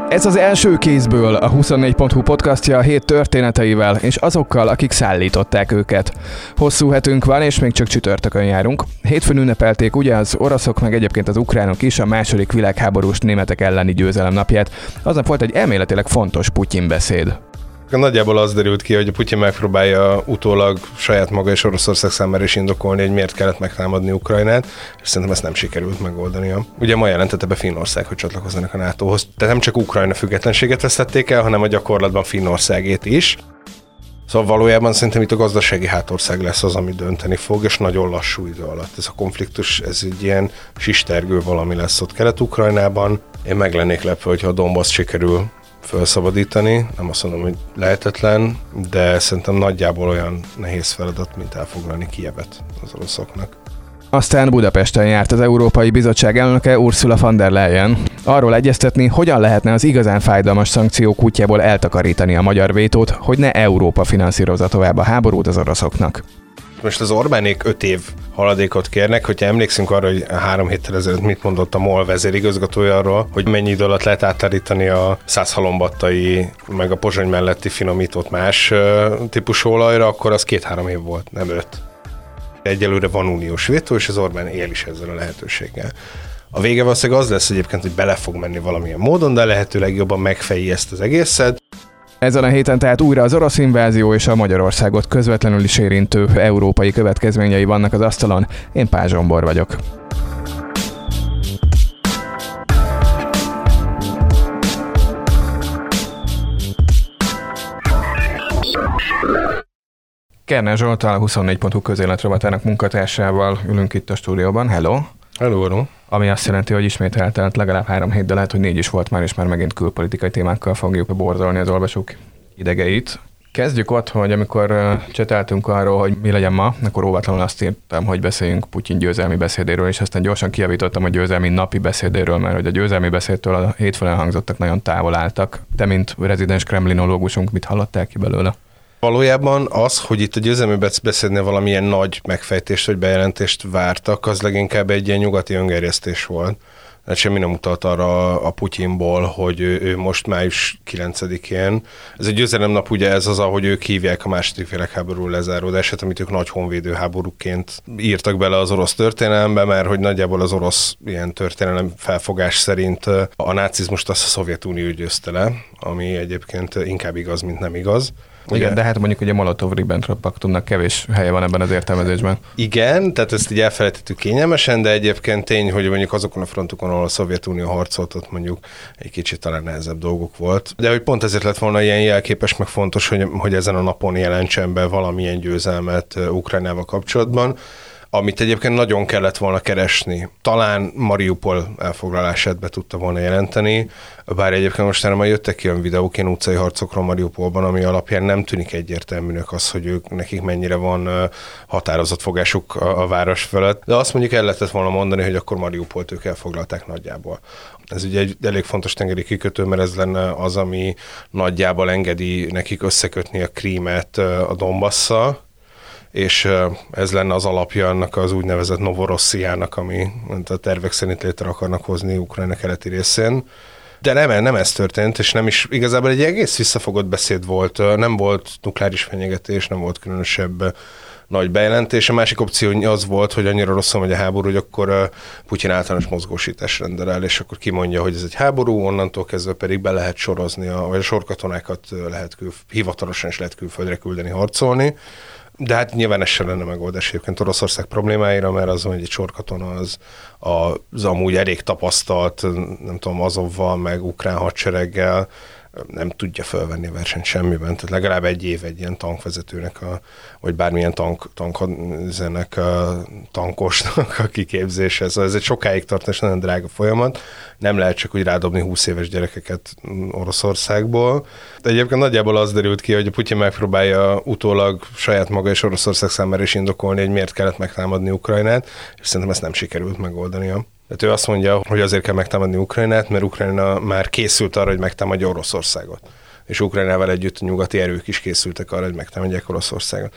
Ez az első kézből a 24.hu podcastja a hét történeteivel és azokkal, akik szállították őket. Hosszú hetünk van, és még csak csütörtökön járunk. Hétfőn ünnepelték ugye az oroszok, meg egyébként az ukránok is a második világháborús németek elleni győzelem napját. Aznap volt egy elméletileg fontos Putyin beszéd. Nagyjából az derült ki, hogy a Putyin megpróbálja utólag saját maga és Oroszország számára is indokolni, hogy miért kellett megtámadni Ukrajnát, és szerintem ezt nem sikerült megoldania. Ugye ma jelentette be Finnország, hogy csatlakozzanak a NATO-hoz. Tehát nem csak Ukrajna függetlenséget vesztették el, hanem a gyakorlatban Finnországét is. Szóval valójában szerintem itt a gazdasági hátország lesz az, ami dönteni fog, és nagyon lassú idő alatt. Ez a konfliktus, ez egy ilyen sistergő valami lesz ott Kelet-Ukrajnában. Én meg lennék lepve, hogyha a Donbass sikerül felszabadítani. Nem azt mondom, hogy lehetetlen, de szerintem nagyjából olyan nehéz feladat, mint elfoglalni Kijevet az oroszoknak. Aztán Budapesten járt az Európai Bizottság elnöke Ursula von der Leyen. Arról egyeztetni, hogyan lehetne az igazán fájdalmas szankciók útjából eltakarítani a magyar vétót, hogy ne Európa finanszírozza tovább a háborút az oroszoknak. Most az Orbánék 5 év haladékot kérnek, hogyha emlékszünk arra, hogy 3 héttel ezelőtt mit mondott a MOL vezérigazgatója arról, hogy mennyi idő alatt lehet átállítani a Százhalombattai, meg a Pozsony melletti finomított más típusú olajra, akkor az 2-3 év volt, nem 5. Egyelőre van uniós vétó, és az Orbán él is ezzel a lehetőséggel. A vége valószínűleg az lesz egyébként, hogy bele fog menni valamilyen módon, de lehetőleg jobban megfejli ezt az egészet. Ezen a héten tehát újra az orosz invázió és a Magyarországot közvetlenül is érintő európai következményei vannak az asztalon. Én Pál Zsombor vagyok. Kerner Zsolttal, a 24.hu közéletrovatának munkatársával ülünk itt a stúdióban. Hello! Hello! Ami azt jelenti, hogy ismét eltelt legalább 3 hét, de lehet, hogy 4 is volt már, és már megint külpolitikai témákkal fogjuk borzolni az olvasók idegeit. Kezdjük ott, hogy amikor cseteltünk arról, hogy mi legyen ma, akkor óvatlanul azt írtam, hogy beszéljünk Putyin győzelmi beszédéről, és aztán gyorsan kijavítottam a győzelmi napi beszédéről, mert hogy a győzelmi beszédtől a hétfőn elhangzottak nagyon távol álltak. Te, mint rezidens kremlinológusunk, mit hallottál ki belőle? Valójában az, hogy itt a győzelmi beszédnél valamilyen nagy megfejtést vagy bejelentést vártak, az leginkább egy ilyen nyugati öngerjesztés volt. Tehát semmi nem utalt arra a Putyinból, hogy ő most május 9-én. Ez egy győzelemnap, ugye ez az, ahogy ők hívják a második világháború lezáródását, amit ők nagy honvédő háborúként írtak bele az orosz történelembe, mert hogy nagyjából az orosz ilyen történelem felfogás szerint a nácizmust azt a Szovjetunió győzte le, ami egyébként inkább igaz, mint nem igaz. Igen, de hát mondjuk ugye Molotov-Ribbentrop paktumnak kevés helye van ebben az értelmezésben. Igen, tehát ezt így elfelejtettük kényelmesen, de egyébként tény, hogy mondjuk azokon a frontokon, ahol a Szovjetunió harcolt, ott mondjuk egy kicsit talán nehezebb dolgok volt. De hogy pont ezért lett volna ilyen jelképes, meg fontos, hogy ezen a napon jelentsen be valamilyen győzelmet Ukrajnával kapcsolatban, amit egyébként nagyon kellett volna keresni. Talán Mariupol elfoglalását be tudta volna jelenteni, bár egyébként mostanra már jöttek ki olyan videók ilyen utcai harcokról Mariupolban, ami alapján nem tűnik egyértelműnek az, hogy nekik mennyire van határozott fogásuk a város felett. De azt mondjuk el lehetett volna mondani, hogy akkor Mariupolt ők elfoglalták nagyjából. Ez ugye egy elég fontos tengeri kikötő, mert ez lenne az, ami nagyjából engedi nekik összekötni a Krímet a Donbasszal, és ez lenne az alapja annak az úgynevezett Novorossziának, ami a tervek szerint létre akarnak hozni Ukrajna keleti részén. De nem ez történt, és nem is igazából egy egész visszafogott beszéd volt, nem volt nukleáris fenyegetés, nem volt különösebb nagy bejelentés. A másik opció az volt, hogy annyira rosszul megy a háború, hogy akkor Putyin általános mozgósítás rendel el, és akkor kimondja, hogy ez egy háború, onnantól kezdve pedig be lehet sorozni, vagy a sorkatonákat hivatalosan is lehet külföldre küldeni harcolni. De hát nyilván ez sem lenne megoldás egyébként Oroszország problémáira, mert az, hogy egy sorkatona az amúgy elég tapasztalt, nem tudom, Azovval, meg ukrán hadsereggel nem tudja fölvenni a versenyt semmiben. Tehát legalább egy év egy ilyen tankvezetőnek, vagy bármilyen tankosnak a kiképzése. Szóval ez egy sokáig tart, és nagyon drága folyamat. Nem lehet csak úgy rádobni 20 éves gyerekeket Oroszországból. De egyébként nagyjából az derült ki, hogy a Putyin megpróbálja utólag saját maga és Oroszország számára is indokolni, hogy miért kellett megtámadni Ukrajnát, és szerintem ezt nem sikerült megoldania. Tehát ő azt mondja, hogy azért kell megtámadni Ukrajnát, mert Ukrajna már készült arra, hogy megtámadja Oroszországot. És Ukrajnával együtt a nyugati erők is készültek arra, hogy megtámadják Oroszországot.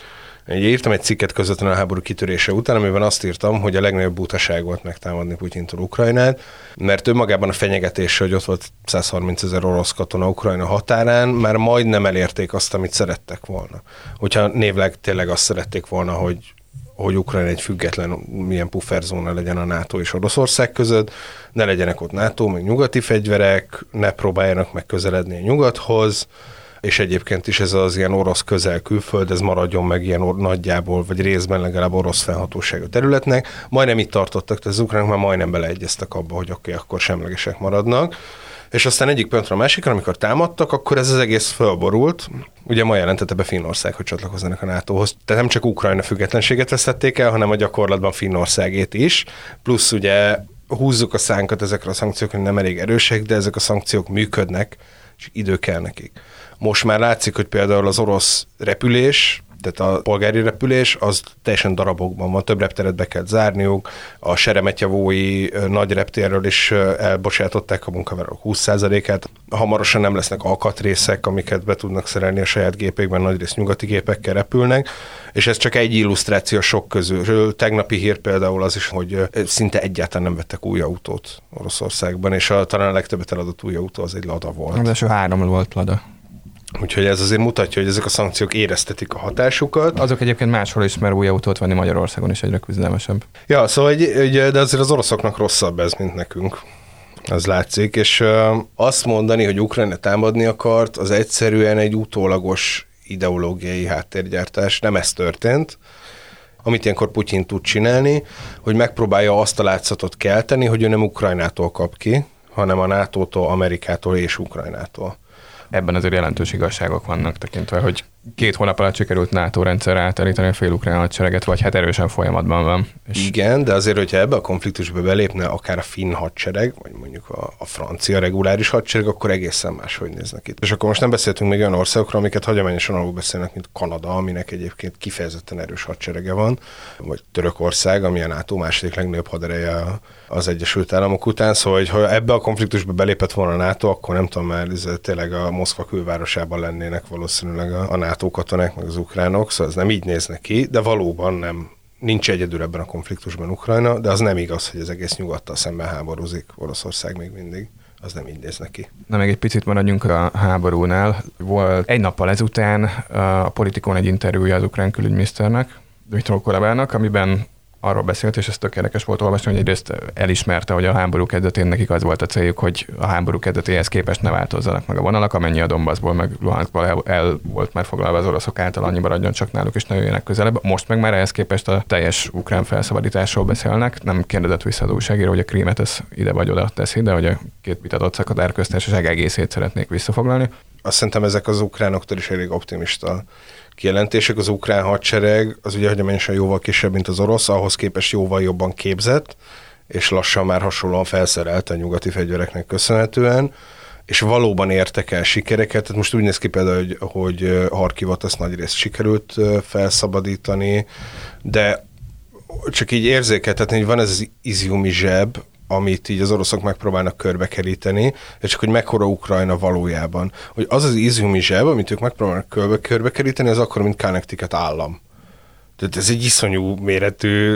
Írtam egy cikket közvetlenül a háború kitörése után, amiben azt írtam, hogy a legnagyobb butaság volt megtámadni Putyintól Ukrajnát, mert önmagában a fenyegetés, hogy ott volt 130 000 orosz katona Ukrajna határán, már majdnem elérték azt, amit szerettek volna. Hogyha névleg tényleg azt szerették volna, hogy Ukrajna egy független milyen pufferzóna legyen a NATO és Oroszország között, ne legyenek ott NATO, meg nyugati fegyverek, ne próbáljanak meg közeledni a nyugathoz, és egyébként is ez az ilyen orosz közel-külföld, ez maradjon meg ilyen nagyjából, vagy részben legalább orosz fennhatóságú területnek. Majdnem itt tartottak, tehát az ukránok már majdnem beleegyeztek abba, hogy oké, akkor semlegesek maradnak. És aztán egyik pontra a másikra, amikor támadtak, akkor ez az egész fölborult. Ugye ma jelentette be Finnország, hogy csatlakozzanak a NATO-hoz. Tehát nem csak Ukrajna függetlenséget vesztették el, hanem a gyakorlatban Finnországét is. Plusz ugye húzzuk a szánkat ezekre a szankciókra, hogy nem elég erősek, de ezek a szankciók működnek, és idő kell nekik. Most már látszik, hogy például az orosz repülés, tehát a polgári repülés, az teljesen darabokban van, több repteret be kell zárniuk, a Seremetjevói nagy reptérről is elbocsátották a munkavállalók 20%-át, hamarosan nem lesznek alkatrészek, amiket be tudnak szerelni a saját gépekben, nagyrészt nyugati gépekkel repülnek, és ez csak egy illusztráció sok közül. Tegnapi hír például az is, hogy szinte egyáltalán nem vettek új autót Oroszországban, és talán a legtöbbet eladott új autó az egy Lada volt. Az első 3 volt Lada. Úgyhogy ez azért mutatja, hogy ezek a szankciók éreztetik a hatásukat. Azok egyébként máshol is, mert új autót venni Magyarországon is egyre küzdelmesebb. Ja, szóval de azért az oroszoknak rosszabb ez, mint nekünk. Az látszik, és azt mondani, hogy Ukrajna támadni akart, az egyszerűen egy utólagos ideológiai háttérgyártás. Nem ez történt. Amit ilyenkor Putyin tud csinálni, hogy megpróbálja azt a látszatot kelteni, hogy ő nem Ukrajnától kap ki, hanem a NATO-tól, Amerikától és Ukrajnától. Ebben azért jelentős igazságok vannak tekintve, hogy 2 hónap alatt sikerült NATO rendszerre átállítani a fél-ukrán hadsereget, vagy hát erősen folyamatban van. És igen, de azért, hogyha ebbe a konfliktusba belépne akár a finn hadsereg, vagy mondjuk a francia reguláris hadsereg, akkor egészen máshogy néznek itt. És akkor most nem beszéltünk még olyan országokról, amiket hagyományosan alul beszélnek, mint Kanada, aminek egyébként kifejezetten erős hadserege van, vagy Törökország, ami a NATO második legnagyobb hadereje az Egyesült Államok után. Szóval, hogy ha ebbe a konfliktusba belépett volna a NATO, akkor nem tudom, már tényleg a Moszkva külvárosában lennének valószínűleg a NATO katonák, meg az ukránok, szóval ez nem így néznek ki, de valóban nem. Nincs egyedül ebben a konfliktusban Ukrajna, de az nem igaz, hogy az egész nyugattal szemben háborúzik Oroszország még mindig. Az nem így néz neki. Na, még egy picit maradjunk a háborúnál. Volt egy nappal ezután a Politikon egy interjúja az ukrán külügyminiszternek, Dmytro Kulebának, amiben arról beszélt, és ez tök érdekes volt olvasni, hogy egyrészt elismerte, hogy a háború kezdetén nekik az volt a céljuk, hogy a háború kezdetéhez képest ne változzanak meg a vonalak, amennyi a Donbassból, meg Luhanskból el volt már foglalva az oroszok által, annyi maradjon csak náluk, és ne jöjjenek közelebb. Most meg már ehhez képest a teljes ukrán felszabadításról beszélnek. Nem kérdezett vissza az újságíró, hogy a Krímet ez ide vagy oda teszi, de hogy a 2 vitatott szakadár köztársaság egészét szeretnék visszafoglalni. Azt szerintem ezek az ukránoktól is elég optimista kijelentések. Az ukrán hadsereg az ugye hagyományosan jóval kisebb, mint az orosz, ahhoz képest jóval jobban képzett, és lassan már hasonlóan felszerelt a nyugati fegyvereknek köszönhetően, és valóban értek el sikereket. Tehát most úgy néz ki például, hogy Harkivot azt nagy részt sikerült felszabadítani, de csak így érzékeltetni, hogy van ez az iziumi zseb, amit így az oroszok megpróbálnak körbekeríteni, és csak hogy mekkora Ukrajna valójában. Hogy az az iziumi zseb, amit ők megpróbálnak körbekeríteni, az akkor, mint Connecticut állam. Tehát ez egy iszonyú méretű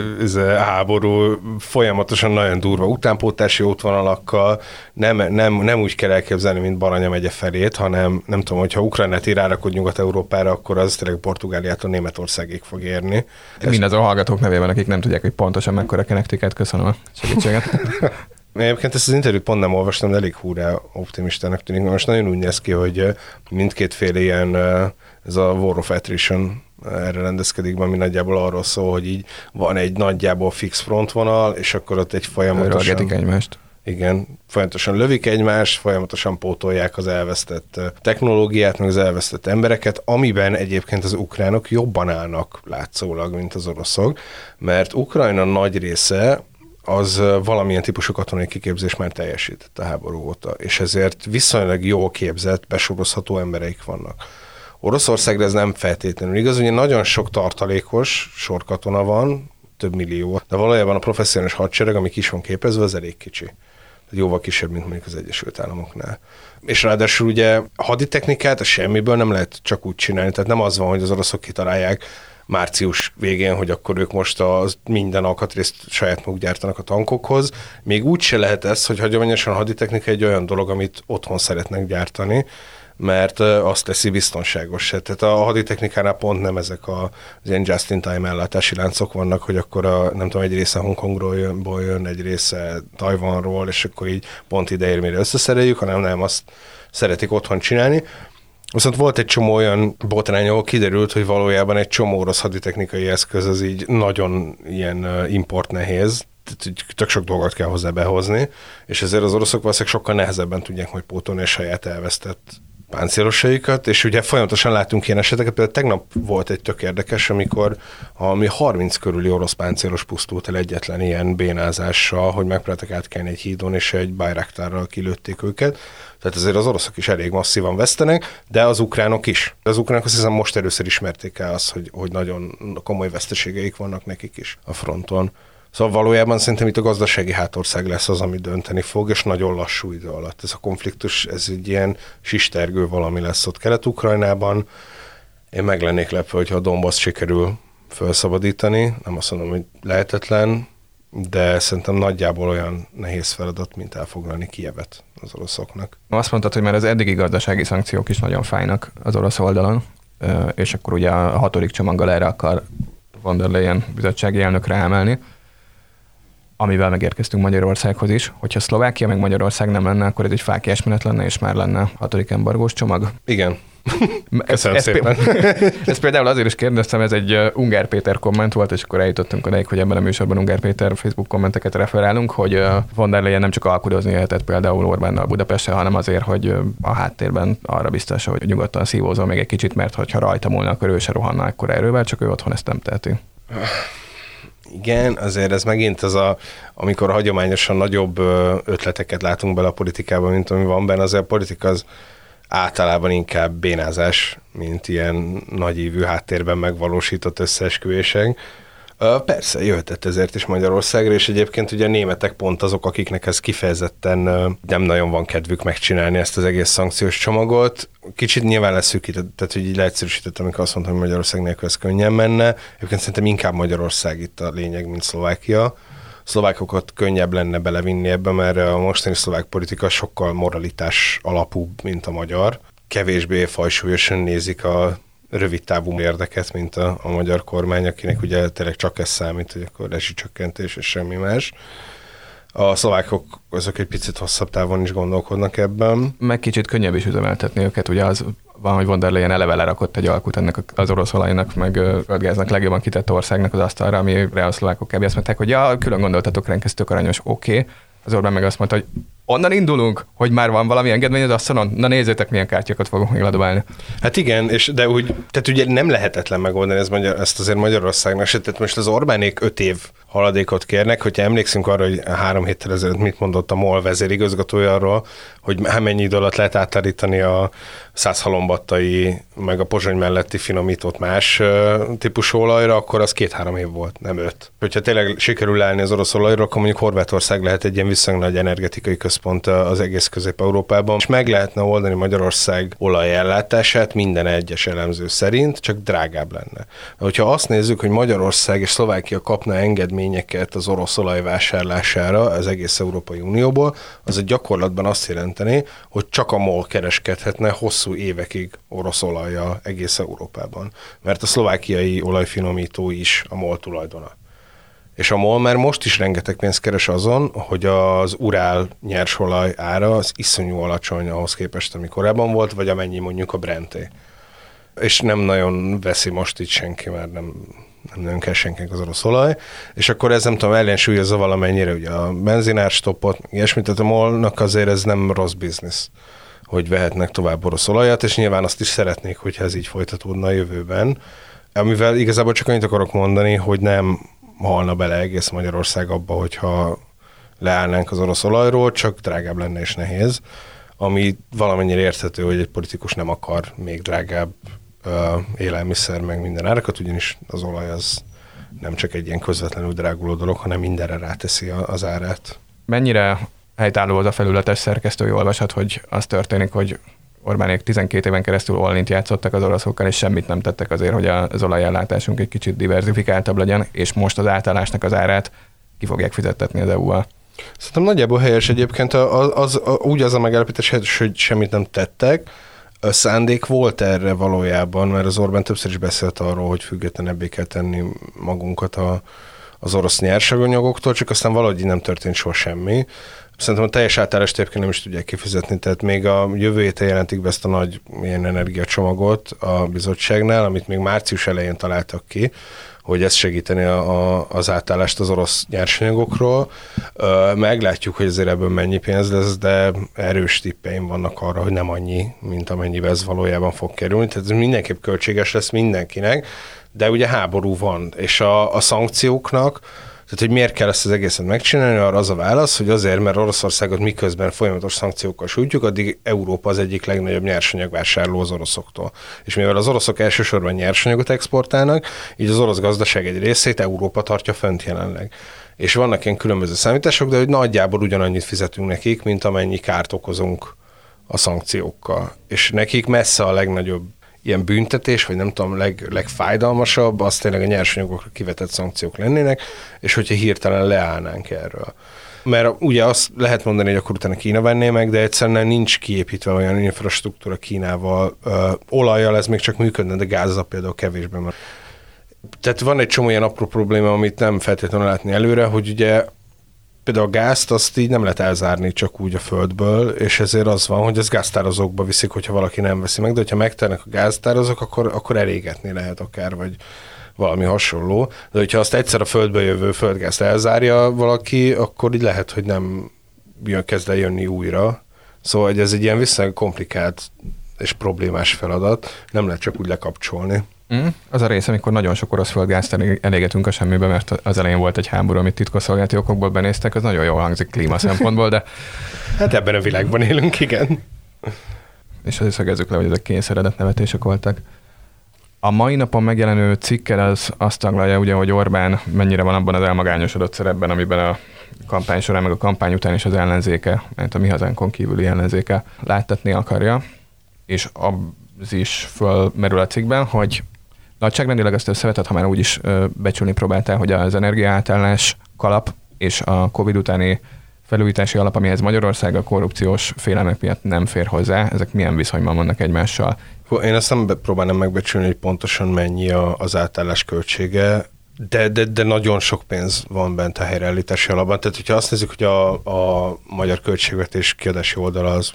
háború, folyamatosan nagyon durva utánpótlási útvonalakkal, nem úgy kell elképzelni, mint Baranya megye felét, hanem nem tudom, hogyha Ukrajnát ír árakod Nyugat-Európára, akkor az tényleg Portugáliától Németországig fog érni. Mindazon a hallgatók nevében, akik nem tudják, hogy pontosan mekkora Connecticut, köszönöm a segítséget. Egyébként ezt az interjút pont nem olvastam, de elég húrá optimistának tűnik. Most nagyon úgy néz ki, hogy mindkét fél ilyen ez a War of Attrition erre rendezkedik, ami nagyjából arról szól, hogy így van egy nagyjából fix frontvonal, és akkor ott egy folyamatosan... egymást. Igen, folyamatosan lövik egymást, folyamatosan pótolják az elvesztett technológiát, meg az elvesztett embereket, amiben egyébként az ukránok jobban állnak látszólag, mint az oroszok, mert Ukrajna nagy része az valamilyen típusú katonai kiképzés már teljesített a háború óta, és ezért viszonylag jól képzett, besorozható embereik vannak. Oroszországra ez nem feltétlenül igaz, ugye nagyon sok tartalékos sorkatona van, több millió, de valójában a professzionális hadsereg, ami ki is van képezve, az elég kicsi. Jóval kisebb, mint mondjuk az Egyesült Államoknál. És ráadásul ugye a haditechnikát a semmiből nem lehet csak úgy csinálni, tehát nem az van, hogy az oroszok kitalálják, március végén, hogy akkor ők most minden alkatrészt saját maguk gyártanak a tankokhoz. Még úgy se lehet ez, hogy hagyományosan a haditechnika egy olyan dolog, amit otthon szeretnek gyártani, mert azt teszi biztonságos. Tehát a haditechnikánál pont nem ezek az ilyen just-in-time ellátási láncok vannak, hogy akkor nem tudom, egy része Hongkongról jön, egy része Tajvanról, és akkor így pont ide ér, mire összeszereljük, hanem nem, azt szeretik otthon csinálni. Viszont volt egy csomó olyan botrány, ahol kiderült, hogy valójában egy csomó orosz haditechnikai eszköz az így nagyon ilyen import nehéz, tehát tök sok dolgot kell hozzá behozni, és ezért az oroszok valószínűleg sokkal nehezebben tudják majd pótolni a saját elvesztett páncélosaikat, és ugye folyamatosan látunk ilyen eseteket, például tegnap volt egy tök érdekes, amikor 30 körüli orosz páncélos pusztult el egyetlen ilyen bénázással, hogy megpróbáltak átkelni egy hídon, és egy Bayraktárral kilőtték őket. Tehát azért az oroszok is elég masszívan vesztenek, de az ukránok is. Az ukránok azt hiszem most először ismerték el azt, hogy nagyon komoly veszteségeik vannak nekik is a fronton. Szóval valójában szerintem itt a gazdasági hátország lesz az, ami dönteni fog, és nagyon lassú idő alatt. Ez a konfliktus, ez egy ilyen sistergő valami lesz ott Kelet-Ukrajnában. Én meg lennék lepve, hogyha a Donbass sikerül felszabadítani. Nem azt mondom, hogy lehetetlen, de szerintem nagyjából olyan nehéz feladat, mint elfoglalni Kijevet az oroszoknak. Azt mondtad, hogy már az eddigi gazdasági szankciók is nagyon fájnak az orosz oldalon, és akkor ugye a 6. csomaggal erre akar von der Leyen bizottsági elnökre emelni, amivel megérkeztünk Magyarországhoz is. Hogyha Szlovákia meg Magyarország nem lenne, akkor ez egy fáklyás menet lenne, és már lenne 6. embargós csomag. Igen. Köszönöm szépen. Ezt például azért is kérdeztem, ez egy Ungár Péter komment volt, és akkor eljutottunk odáig, hogy ebben a műsorban Ungár Péter Facebook kommenteket referálunk, hogy von der Leyen nem csak alkudozni jöhetett például Orbánnal Budapesten, hanem azért, hogy a háttérben arra biztos, hogy nyugodtan szívózol még egy kicsit, mert hogyha rajta múlna, akkor ő se rohanna ekkora erővel, csak ő otthon ezt nem teheti. Igen, azért ez megint amikor hagyományosan nagyobb ötleteket látunk bele a politikába, mint ami van benne, azért a politika az általában inkább bénázás, mint ilyen nagyívű háttérben megvalósított összeesküvések. Persze, jöhetett ezért is Magyarországra, és egyébként ugye a németek pont azok, akiknek ez kifejezetten nem nagyon van kedvük megcsinálni ezt az egész szankciós csomagot. Kicsit nyilván leszűkített, tehát hogy így leegyszerűsített, amikor azt mondtam, hogy Magyarország nélkül ez könnyen menne. Egyébként szerintem inkább Magyarország itt a lényeg, mint Szlovákia. Szlovákokat könnyebb lenne belevinni ebbe, mert a mostani szlovák politika sokkal moralitás alapúbb, mint a magyar. Kevésbé fajsúlyosan nézik a rövid távú érdeket, mint a magyar kormány, akinek ugye tényleg csak ez számít, hogy akkor rezsicsökkentés és semmi más. A szlovákok azok egy picit hosszabb távon is gondolkodnak ebben. Meg kicsit könnyebb is üzemeltetni őket, ugye az van, hogy von der Leyen eleve lerakott egy alkut ennek az orosz olajnak, meg földgáznak legjobban kitett országnak az asztalra, amire a szlovákok kb. Azt mondták, hogy ja, külön gondoltatok ránk, ez tök aranyos, oké. Az Orbán meg azt mondta, hogy onnan indulunk, hogy már van valami engedmény az asztalon? Na nézzétek, milyen kártyákat fogok még ledobálni. Hát igen, de úgy, tehát ugye nem lehetetlen megoldani ezt azért Magyarországnak se. Tehát most az Orbánék 5 év haladékot kérnek, hogyha emlékszünk arra, hogy 3 héttel ezelőtt mit mondott a MOL vezérigazgatója arról, hogy mennyi idő alatt lehet átállítani a Szászhalombattai, meg a Pozsony melletti finomított más típusú olajra, akkor az 2-3 év volt, nem 5. Hogyha tényleg sikerül állni az orosz olajra, akkor mondjuk Horvátország lehet egy ilyen viszonylag nagy energetikai központ az egész Közép-Európában, és meg lehetne oldani Magyarország olajellátását minden egyes elemző szerint, csak drágább lenne. Hogyha azt nézzük, hogy Magyarország és Szlovákia kapna engedményeket az orosz olaj vásárlására az egész Európai Unióból, az a gyakorlatban azt jelenteni, hogy csak a MOL kereskedhetne hosszú évekig orosz olajjal egész Európában. Mert a szlovákiai olajfinomító is a MOL tulajdona. És a MOL már most is rengeteg pénzt keres azon, hogy az Urál nyersolaj ára az iszonyú alacsony ahhoz képest, ami korábban volt, vagy amennyi mondjuk a Brenté. És nem nagyon veszi most itt senki, mert nem nagyon kell senkinek az orosz olaj, és akkor ez nem tudom, ellensúlyozza valamennyire ugye a benzinárstoppot, ilyesmit, tehát a MOL-nak azért ez nem rossz biznisz, hogy vehetnek tovább orosz olajat, és nyilván azt is szeretnék, hogyha ez így folytatódna a jövőben. Amivel igazából csak annyit akarok mondani, hogy nem halna bele egész Magyarország abba, hogyha leállnánk az orosz olajról, csak drágább lenne és nehéz, ami valamennyire érthető, hogy egy politikus nem akar még drágább élelmiszer, meg minden árakat, ugyanis az olaj az nem csak egy ilyen közvetlenül dráguló dolog, hanem mindenre ráteszi az árát. Mennyire helytálló az a felületes szerkesztői olvasat, hogy az történik, hogy Orbánék 12 éven keresztül all-int játszottak az oroszokkal, és semmit nem tettek azért, hogy az olajellátásunk egy kicsit diverzifikáltabb legyen, és most az átállásnak az árát ki fogják fizettetni az EU-val. Szerintem nagyjából helyes egyébként úgy az a megállapítás, hogy semmit nem tettek. A szándék volt erre valójában, mert az Orbán többször is beszélt arról, hogy függetlenebbé kell tenni magunkat az orosz nyersanyagoktól, csak aztán valahogy nem történt soha semmi. Szerintem a teljes átállást egyébként nem is tudják kifizetni, tehát még a jövő héten jelentik be ezt a nagy ilyen energiacsomagot a bizottságnál, amit még március elején találtak ki, hogy ez segíteni az átállást az orosz nyersanyagokról. Meglátjuk, hogy azért ebből mennyi pénz lesz, de erős tippeim vannak arra, hogy nem annyi, mint amennyivel ez valójában fog kerülni. Tehát ez mindenképp költséges lesz mindenkinek, de ugye háború van, és a szankcióknak, tehát, hogy miért kell ezt az egészet megcsinálni, arra az a válasz, hogy azért, mert Oroszországot miközben folyamatos szankciókkal sújtjuk, addig Európa az egyik legnagyobb nyersanyagvásárló az oroszoktól. És mivel az oroszok elsősorban nyersanyagot exportálnak, így az orosz gazdaság egy részét Európa tartja fönt jelenleg. És vannak ilyen különböző számítások, de hogy nagyjából ugyanannyit fizetünk nekik, mint amennyi kárt okozunk a szankciókkal. És nekik messze a legnagyobb ilyen büntetés, vagy nem tudom, legfájdalmasabb, az tényleg a nyersanyagokra kivetett szankciók lennének, és hogyha hirtelen leállnánk erről. Mert ugye azt lehet mondani, hogy akkor utána Kína venné meg, de egyszerűen nincs kiépítve olyan infrastruktúra Kínával. Olajjal ez még csak működne, de gázzal például kevésben van. Tehát van egy csomó ilyen apró probléma, amit nem feltétlenül látni előre, hogy ugye például a gázt azt így nem lehet elzárni csak úgy a földből, és ezért az van, hogy ez gáztározókba viszik, hogyha valaki nem veszi meg, de hogyha megtelnek a gáztározók, akkor elégetni lehet akár, vagy valami hasonló. De hogyha azt egyszer a földből jövő földgázt elzárja valaki, akkor így lehet, hogy nem kezd el jönni újra. Szóval ez egy ilyen viszonylag komplikált és problémás feladat, nem lehet csak úgy lekapcsolni. Az a rész, amikor nagyon sok orosz földgázt elégetünk a semmibe, mert az elején volt egy háború, amit titkosszolgálati okokból benéztek, az nagyon jól hangzik klíma szempontból, de... Hát ebben a világban élünk, igen. És azért szögezzük le, hogy ezek kényszeredett nevetések voltak. A mai napon megjelenő cikkel az azt taglalja, ugye, hogy Orbán mennyire van abban az elmagányosodott szerepben, amiben a kampány során, meg a kampány után is az ellenzéke, mert a Mi Hazánkon kívüli ellenzéke láttatni akarja, és az is fölmerül a cikkben, hogy nagyságrendileg ezt összevetett, ha már úgy is becsülni próbáltál, hogy az energiaátállás kalap és a Covid utáni felújítási alap, amihez Magyarország a korrupciós félelmek miatt nem fér hozzá, ezek milyen viszonyban vannak egymással? Én ezt nem próbálnám megbecsülni, hogy pontosan mennyi az átállás költsége, de nagyon sok pénz van bent a helyreállítási alapban. Tehát, hogyha azt nézzük, hogy a magyar költségvetés kiadási oldala az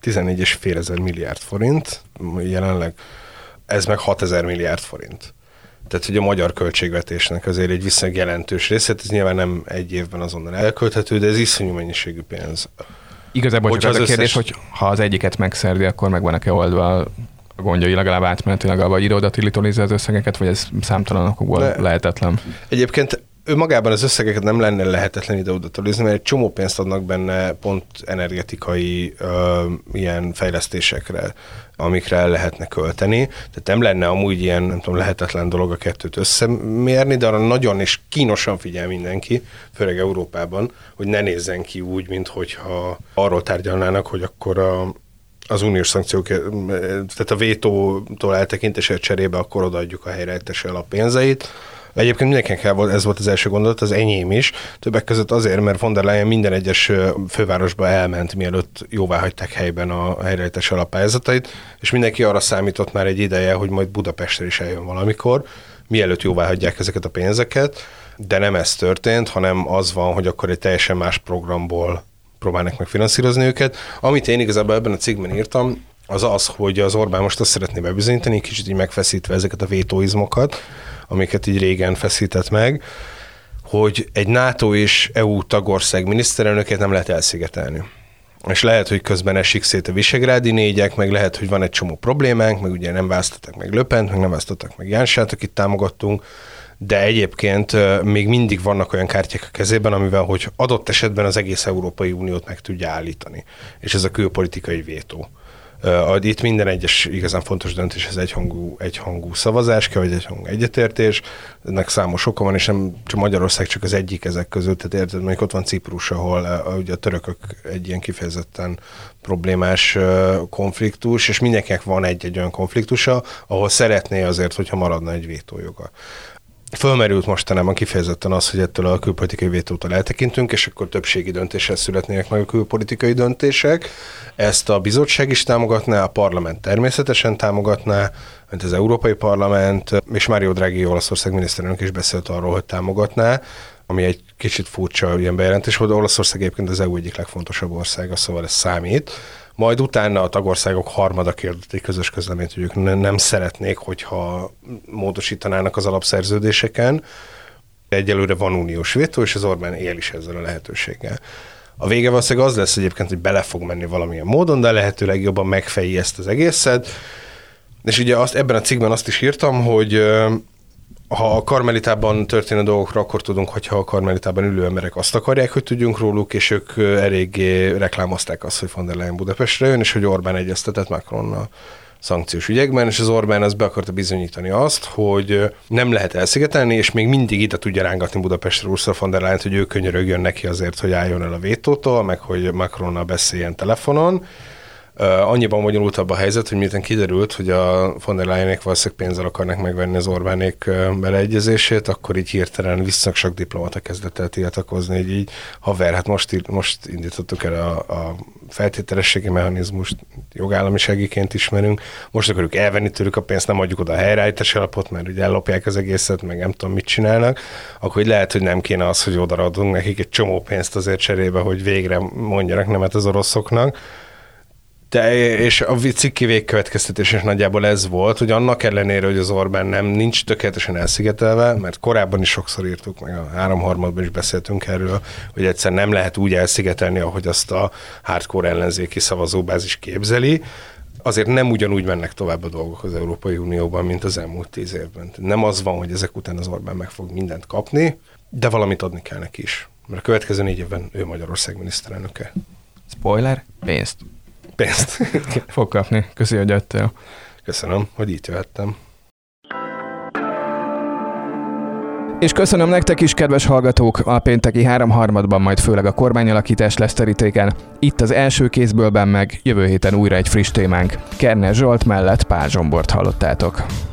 14,5 milliárd forint jelenleg, ez meg 6000 milliárd forint. Tehát, hogy a magyar költségvetésnek azért egy viszonylag jelentős része, ez nyilván nem egy évben azonnal elkölthető, de ez iszonyú mennyiségű pénz. Igazából csak az a kérdés, hogy ha az egyiket megszerzi, akkor meg vannak-e oldva a gondjai, legalább átmenetileg, vagy ide-oda tillitolizza az összegeket, vagy ez számtalanokból lehetetlen? Egyébként önmagában az összegeket nem lenne lehetetlen ide-oda tolizni, mert egy csomó pénzt adnak benne pont energetikai ilyen fejlesztésekre, amikre el lehetne költeni. Tehát nem lenne amúgy ilyen, nem tudom, lehetetlen dolog a kettőt összemérni, de arra nagyon és kínosan figyel mindenki, főleg Európában, hogy ne nézzen ki úgy, minthogyha arról tárgyalnának, hogy akkor az uniós szankciók, tehát a vétótól eltekintésért cserébe akkor odaadjuk a helyreállítási alap pénzeit. Egyébként mindenkinek ez volt az első gondolat, az enyém is. Többek között azért, mert von der Leyen minden egyes fővárosba elment, mielőtt jóvá hagyták helyben a helyreállítási alappályázatait, és mindenki arra számított már egy ideje, hogy majd Budapestre is eljön valamikor, mielőtt jóvá hagyják ezeket a pénzeket, de nem ez történt, hanem az van, hogy akkor egy teljesen más programból próbálnak meg finanszírozni őket. Amit én igazából ebben a cikkben írtam, az, hogy az Orbán most azt szeretné bebizonyítani, kicsit így megfeszítve ezeket a vétóizmokat, amiket így régen feszített meg, hogy egy NATO és EU tagország miniszterelnöket nem lehet elszigetelni. És lehet, hogy közben esik szét a visegrádi négyek, meg lehet, hogy van egy csomó problémánk, meg ugye nem választottak meg Le Pent, meg nem választottak meg Jánsát, akit támogattunk, de egyébként még mindig vannak olyan kártyák a kezében, amivel, hogy adott esetben az egész Európai Uniót meg tudja állítani. És ez a külpolitikai vétó. Itt minden egyes igazán fontos döntés, ez egyhangú szavazás kell, vagy egyhangú egyetértés. Ennek számos oka van, és nem csak Magyarország csak az egyik ezek között. Tehát érted, mondjuk ott van Ciprus, ahol ugye a törökök egy ilyen kifejezetten problémás konfliktus, és mindenkinek van egy olyan konfliktusa, ahol szeretné azért, hogyha maradna egy vétójoga. Fölmerült mostanában kifejezetten az, hogy ettől a külpolitikai vétótól eltekintünk, és akkor többségi döntéssel születnének meg a külpolitikai döntések. Ezt a bizottság is támogatná, a parlament természetesen támogatná, mint az Európai Parlament, és Mario Draghi, Olaszország miniszterelnök is beszélt arról, hogy támogatná, ami egy kicsit furcsa ilyen bejelentés volt. Olaszország egyébként az EU egyik legfontosabb országa, szóval ez számít. Majd utána a tagországok harmada kiadott egy közös közleményt, hogy ők nem szeretnék, hogyha módosítanának az alapszerződéseken. Egyelőre van uniós vétó, és az Orbán él is ezzel a lehetőséggel. A vége valószínűleg az lesz egyébként, hogy bele fog menni valamilyen módon, de lehetőleg jobban megfejji ezt az egészet. És ugye ebben a cikkben azt is írtam, hogy ha a Karmelitában történő dolgokra, akkor tudunk, hogyha a Karmelitában ülő emberek azt akarják, hogy tudjunk róluk, és ők eléggé reklámozták azt, hogy von der Leyen Budapestre jön, és hogy Orbán egyeztetett Macronnal szankciós ügyekben, és az Orbán az be akarta bizonyítani azt, hogy nem lehet elszigetelni, és még mindig ide tudja rángatni Budapestre Ursula von der Leyent, hogy ő könyörögjön neki azért, hogy álljon el a vétótól, meg hogy Macronnal beszéljen telefonon. Annyiban bonyolultabb a helyzet, hogy miután kiderült, hogy a von der Leyenék valószínűleg pénzzel akarnak megvenni az Orbánék beleegyezését, akkor így hirtelen viszonylag sok diplomata kezdett el tiltakozni, hogy így haver, hát most indítottuk el a feltételességi mechanizmust, jogállamiságiként ismerünk, most akarjuk elvenni tőlük a pénzt, nem adjuk oda a helyreállítási alapot, mert ugye ellopják az egészet, meg nem tudom mit csinálnak, akkor lehet, hogy nem kéne az, hogy odaadunk nekik egy csomó pénzt azért cserébe, hogy végre mondjanak nemet az oroszoknak. És a cikki végkövetkeztetés is nagyjából ez volt, hogy annak ellenére, hogy az Orbán nincs tökéletesen elszigetelve, mert korábban is sokszor írtuk, meg a 3/3-ban is beszéltünk erről, hogy egyszer nem lehet úgy elszigetelni, ahogy azt a hardcore ellenzéki szavazóbázis képzeli, azért nem ugyanúgy mennek tovább a dolgok az Európai Unióban, mint az elmúlt 10 évben. Nem az van, hogy ezek után az Orbán meg fog mindent kapni, de valamit adni kell neki is. Mert a következő 4 évben ő Magyarország miniszterelnöke. Spoiler, pénzt. Fog kapni. Köszi, hogy jöttél. Köszönöm, hogy itt jöhettem. És köszönöm nektek is, kedves hallgatók! A pénteki 3/3-ban majd főleg a kormányalakítás lesz terítéken. Itt az első kézbőlben meg jövő héten újra egy friss témánk. Kerner Zsolt mellett Pál Zsombort hallottátok.